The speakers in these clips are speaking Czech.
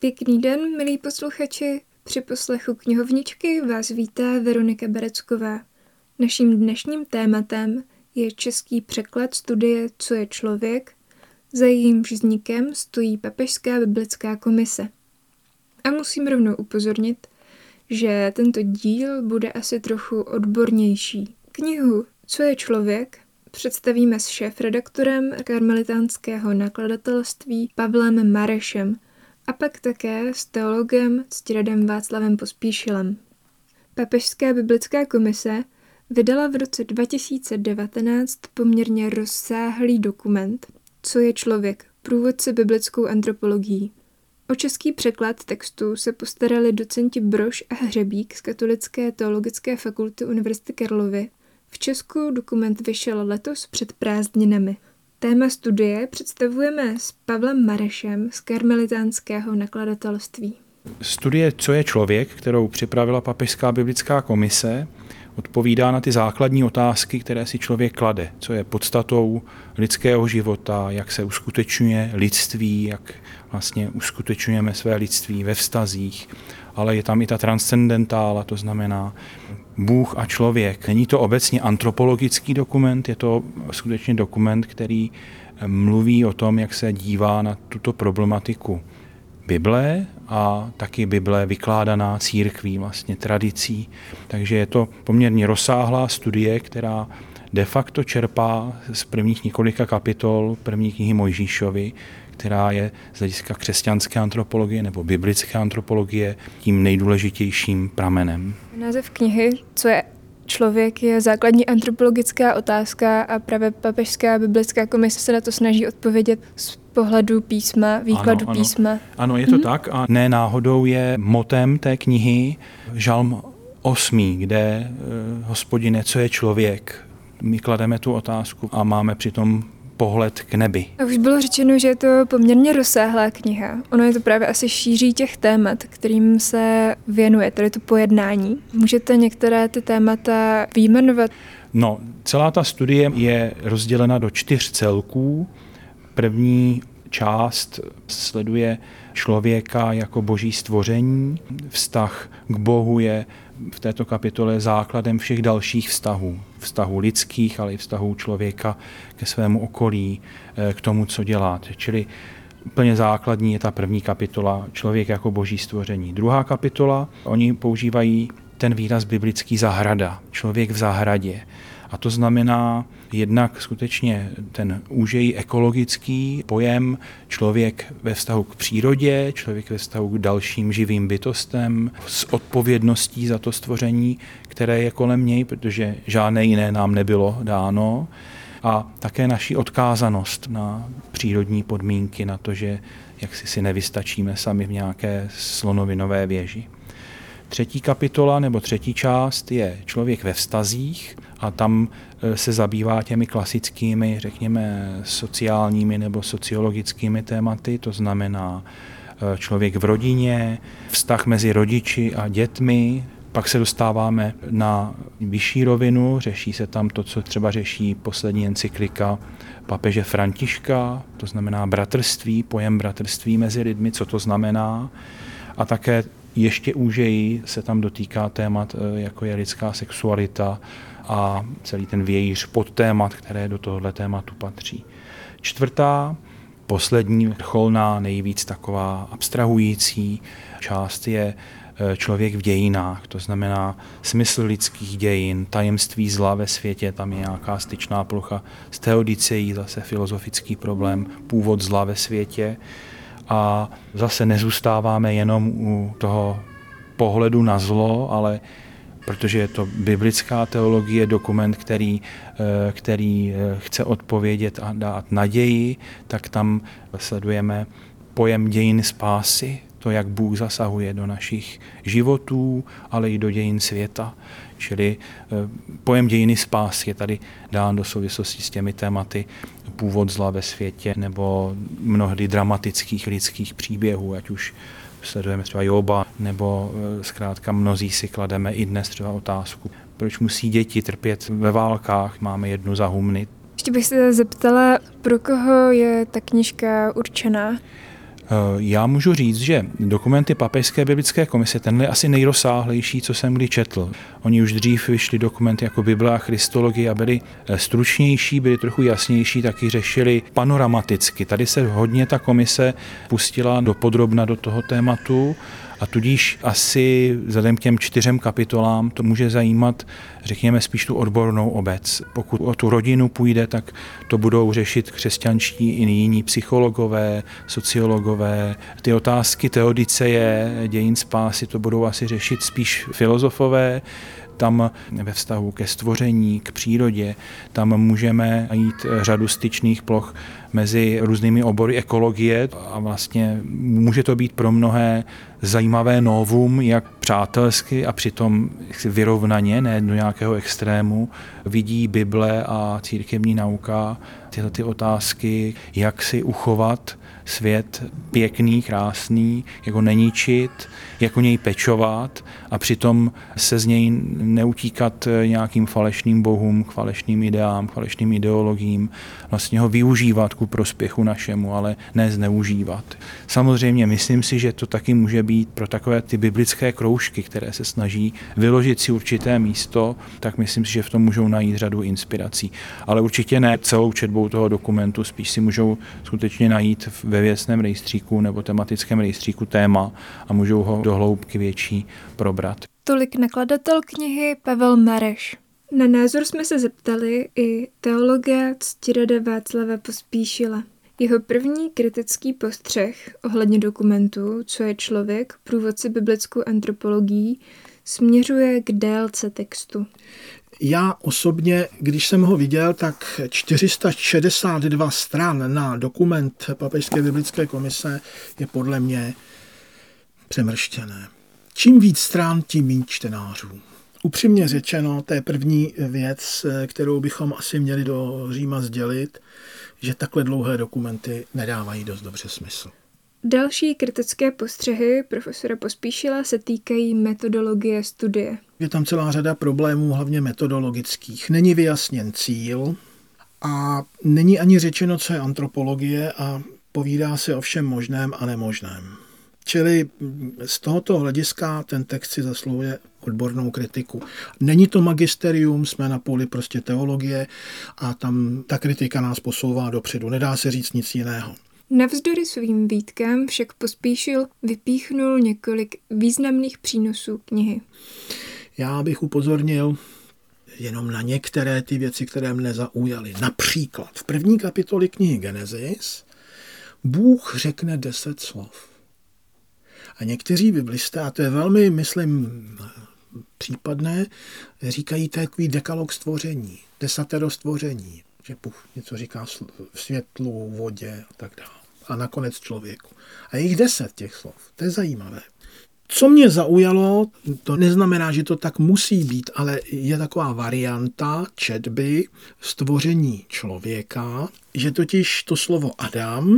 Pěkný den, milí posluchači. Při poslechu knihovničky vás vítá Veronika Berecková. Naším dnešním tématem je český překlad studie Co je člověk, za jejímž vznikem stojí Papežská biblická komise. A musím rovnou upozornit, že tento díl bude asi trochu odbornější. Knihu Co je člověk představíme s šéfredaktorem karmelitánského nakladatelství Pavlem Marešem a pak také s teologem Ctiradem Václavem Pospíšilem. Papežská biblická komise vydala v roce 2019 poměrně rozsáhlý dokument Co je člověk, průvodce biblickou antropologií. O český překlad textu se postarali docenti Brož a Hřebík z Katolické teologické fakulty Univerzity Karlovy. V Česku dokument vyšel letos před prázdninami. Téma studie představujeme s Pavlem Marešem z karmelitánského nakladatelství. Studie Co je člověk, kterou připravila Papežská biblická komise, odpovídá na ty základní otázky, které si člověk klade. Co je podstatou lidského života, jak se uskutečňuje lidství, jak vlastně uskutečňujeme své lidství ve vztazích, ale je tam i ta transcendentála, to znamená Bůh a člověk. Není to obecně antropologický dokument, je to skutečně dokument, který mluví o tom, jak se dívá na tuto problematiku Bible a taky Bible vykládaná církví, vlastně tradicí. Takže je to poměrně rozsáhlá studie, která de facto čerpá z prvních několika kapitol první knihy Mojžíšovy, která je z hlediska křesťanské antropologie nebo biblické antropologie tím nejdůležitějším pramenem. Název knihy Co je člověk je základní antropologická otázka a právě Papežská biblická komise se na to snaží odpovědět z pohledu písma, výkladu písma. Ano, je to tak a ne náhodou je motem té knihy Žalm 8, kde Hospodine, co je člověk? My klademe tu otázku a máme přitom pohled k nebi. A už bylo řečeno, že je to poměrně rozsáhlá kniha. Ono je to právě asi šíří těch témat, kterým se věnuje, tedy to pojednání. Můžete některé ty témata vyjmenovat? No, celá ta studie je rozdělena do 4 celků. První část sleduje člověka jako boží stvoření. Vztah k Bohu je v této kapitole základem všech dalších vztahů. Vztahů lidských, ale i vztahů člověka ke svému okolí, k tomu, co dělat. Čili úplně základní je ta první kapitola člověk jako boží stvoření. Druhá kapitola, oni používají ten výraz biblický zahrada, člověk v zahradě. A to znamená jednak skutečně ten úžej ekologický pojem člověk ve vztahu k přírodě, člověk ve vztahu k dalším živým bytostem, s odpovědností za to stvoření, které je kolem něj, protože žádné jiné nám nebylo dáno. A také naši odkázanost na přírodní podmínky, na to, že jaksi si nevystačíme sami v nějaké slonovinové věži. Třetí kapitola nebo třetí část je člověk ve vztazích a tam se zabývá těmi klasickými, řekněme, sociálními nebo sociologickými tématy, to znamená člověk v rodině, vztah mezi rodiči a dětmi. Pak se dostáváme na vyšší rovinu, řeší se tam to, co třeba řeší poslední encyklika papeže Františka, to znamená bratrství, pojem bratrství mezi lidmi, co to znamená. A také ještě úžeji se tam dotýká témat, jako je lidská sexualita a celý ten vějíř podtémat, které do tohohle tématu patří. Čtvrtá, poslední, vrcholná, nejvíc taková abstrahující část je člověk v dějinách, to znamená smysl lidských dějin, tajemství zla ve světě, tam je nějaká styčná plocha s teodiceí, zase filozofický problém, původ zla ve světě. A zase nezůstáváme jenom u toho pohledu na zlo, ale protože je to biblická teologie, dokument, který chce odpovědět a dát naději, tak tam sledujeme pojem dějin spásy, to, jak Bůh zasahuje do našich životů, ale i do dějin světa. Čili pojem dějiny spásy je tady dán do souvislosti s těmi tématy původ zla ve světě nebo mnohdy dramatických lidských příběhů, ať už sledujeme třeba Joba, nebo zkrátka mnozí si klademe i dnes třeba otázku, proč musí děti trpět ve válkách, máme jednu za humny. Ještě bych se zeptala, pro koho je ta knížka určená? Já můžu říct, že dokumenty Papežské biblické komise, tenhle je asi nejrozsáhlejší, co jsem kdy četl. Oni už dřív vyšli dokumenty jako Bible a Christologie a byly stručnější, byly trochu jasnější, taky řešili panoramaticky. Tady se hodně ta komise pustila dopodrobna do toho tématu a tudíž asi vzhledem k těm 4 kapitolám to může zajímat, řekněme, spíš tu odbornou obec. Pokud o tu rodinu půjde, tak to budou řešit křesťanští i jiní psychologové, sociologové. Ty otázky teodiceje, dějin spásy, to budou asi řešit spíš filozofové. Tam ve vztahu ke stvoření, k přírodě, tam můžeme najít řadu styčných ploch mezi různými obory ekologie a vlastně může to být pro mnohé zajímavé novum, jak přátelsky a přitom vyrovnaně, ne do nějakého extrému, vidí Bible a církevní nauka tyhle ty otázky, jak si uchovat svět pěkný, krásný, jak ho neničit, jak o něj pečovat a přitom se z něj neutíkat nějakým falešným bohům, k falešným ideám, k falešným ideologiím, vlastně ho využívat ku prospěchu našemu, ale ne zneužívat. Samozřejmě myslím si, že to taky může být pro takové ty biblické kroužky, které se snaží vyložit si určité místo, tak myslím si, že v tom můžou najít řadu inspirací. Ale určitě ne celou četbou toho dokumentu, spíš si můžou skutečně najít ve věcném rejstříku nebo tematickém rejstříku téma a můžou ho do hloubky větší probrat. Tolik nakladatel knihy Pavel Mareš. Na názor jsme se zeptali i teologa ctirada Václava Pospíšila. Jeho první kritický postřeh ohledně dokumentu Co je člověk, průvodce biblickou antropologií, směřuje k délce textu. Já osobně, když jsem ho viděl, tak 462 stran na dokument Papežské biblické komise je podle mě přemrštěné. Čím víc stran, tím méně čtenářů. Upřímně řečeno, to je první věc, kterou bychom asi měli do Říma sdělit, že takhle dlouhé dokumenty nedávají dost dobře smysl. Další kritické postřehy profesora Pospíšila se týkají metodologie studie. Je tam celá řada problémů, hlavně metodologických. Není vyjasněn cíl a není ani řečeno, co je antropologie a povídá se o všem možném a nemožném. Čili z tohoto hlediska ten text si zasluhuje odbornou kritiku. Není to magisterium, jsme na poli prostě teologie a tam ta kritika nás posouvá dopředu. Nedá se říct nic jiného. Navzdory svým výtkám však Pospíšil vypíchnul několik významných přínosů knihy. Já bych upozornil jenom na některé ty věci, které mne zaujaly. Například v první kapitole knihy Genesis Bůh řekne 10 slov. A někteří biblisté, a to je velmi, myslím, případné, říkají takový dekalog stvoření, 10 stvoření, že Bůh něco říká světlu, vodě a tak dále. A nakonec člověku. A je jich 10 těch slov. To je zajímavé. Co mě zaujalo, to neznamená, že to tak musí být, ale je taková varianta četby stvoření člověka, že totiž to slovo Adam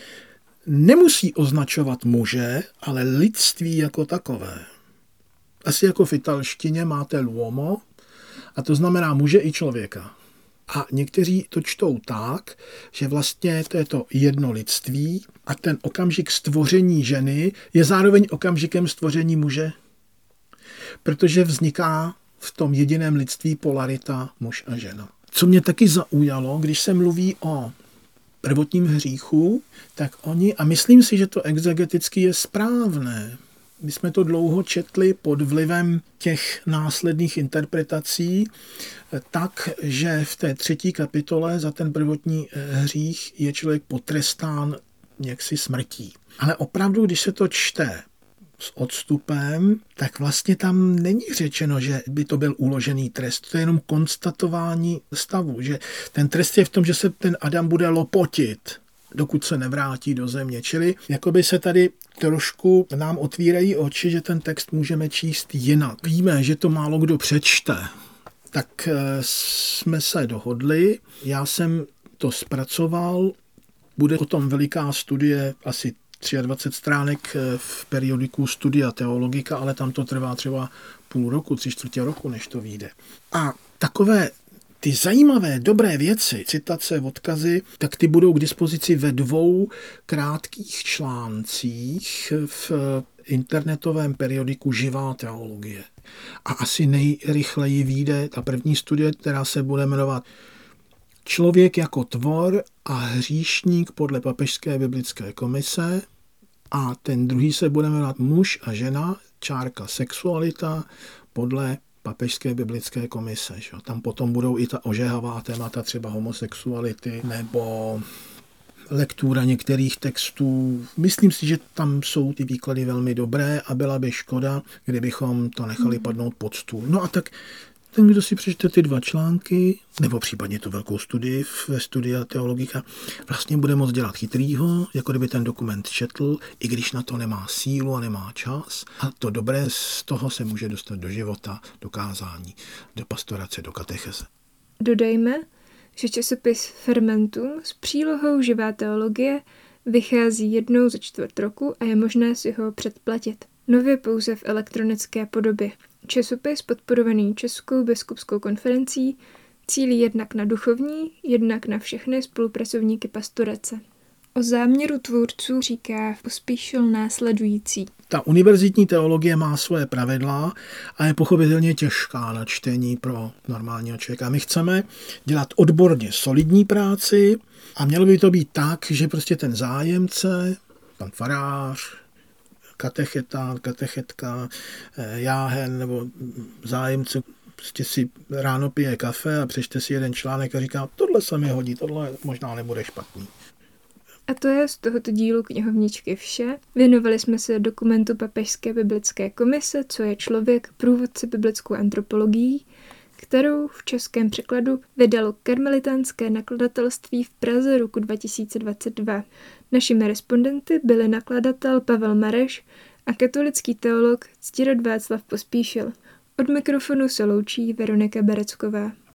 nemusí označovat muže, ale lidství jako takové. Asi jako v italštině máte l'uomo, a to znamená muže i člověka. A někteří to čtou tak, že vlastně to je to jedno lidství a ten okamžik stvoření ženy je zároveň okamžikem stvoření muže, protože vzniká v tom jediném lidství polarita muž a žena. Co mě taky zaujalo, když se mluví o prvotním hříchu, tak oni, a myslím si, že to exegeticky je správné, my jsme to dlouho četli pod vlivem těch následných interpretací, tak, že v té 3. kapitole za ten prvotní hřích je člověk potrestán jaksi smrtí. Ale opravdu, když se to čte s odstupem, tak vlastně tam není řečeno, že by to byl uložený trest. To je jenom konstatování stavu, že ten trest je v tom, že se ten Adam bude lopotit, dokud se nevrátí do země. Čili jakoby se tady trošku nám otvírají oči, že ten text můžeme číst jinak. Víme, že to málo kdo přečte. Tak jsme se dohodli, já jsem to zpracoval, bude o tom veliká studie, asi 23 stránek v periodiku Studia Theologica, ale tam to trvá třeba půl roku, 3/4 roku, než to vyjde. A takové ty zajímavé, dobré věci, citace, odkazy, tak ty budou k dispozici ve 2 krátkých článcích v internetovém periodiku Živá teologie. A asi nejrychleji vyjde ta první studie, která se bude jmenovat Člověk jako tvor a hříšník podle Papežské biblické komise, a ten druhý se bude jmenovat Muž a žena, sexualita podle Papežské biblické komise. Že? Tam potom budou i ta ožehavá témata, třeba homosexuality nebo lektura některých textů. Myslím si, že tam jsou ty výklady velmi dobré a byla by škoda, kdybychom to nechali padnout pod stůl. No a tak ten, kdo si přečte ty 2 články, nebo případně tu velkou studii ve Studia Theologica, vlastně bude moct dělat chytrýho, jako kdyby ten dokument četl, i když na to nemá sílu a nemá čas. A to dobré z toho se může dostat do života, do kázání, do pastorace, do katecheze. Dodejme, že časopis Fermentum s přílohou Živá teologie vychází jednou za 1/4 roku a je možné si ho předplatit. Nově pouze v elektronické podobě. Časopis podporovaný Českou biskupskou konferencí cílí jednak na duchovní, jednak na všechny spolupracovníky pastorace. O záměru tvůrců říká Pospíšil následující. Ta univerzitní teologie má svoje pravidla a je pochopitelně těžká na čtení pro normálního člověka. My chceme dělat odborně solidní práci a mělo by to být tak, že prostě ten zájemce, pan farář, katecheta, katechetka, jáhen nebo zájemce prostě si ráno pije kafe a přečte si jeden článek a říká, tohle se mi hodí, tohle možná nebude špatný. A to je z tohoto dílu knihovničky vše. Věnovali jsme se dokumentu Papežské biblické komise, co je člověk, průvodce biblickou antropologií, kterou v českém překladu vydalo Karmelitánské nakladatelství v Praze roku 2022. Našimi respondenty byli nakladatel Pavel Mareš a katolický teolog Ctirad Václav Pospíšil. Od mikrofonu se loučí Veronika Berecková.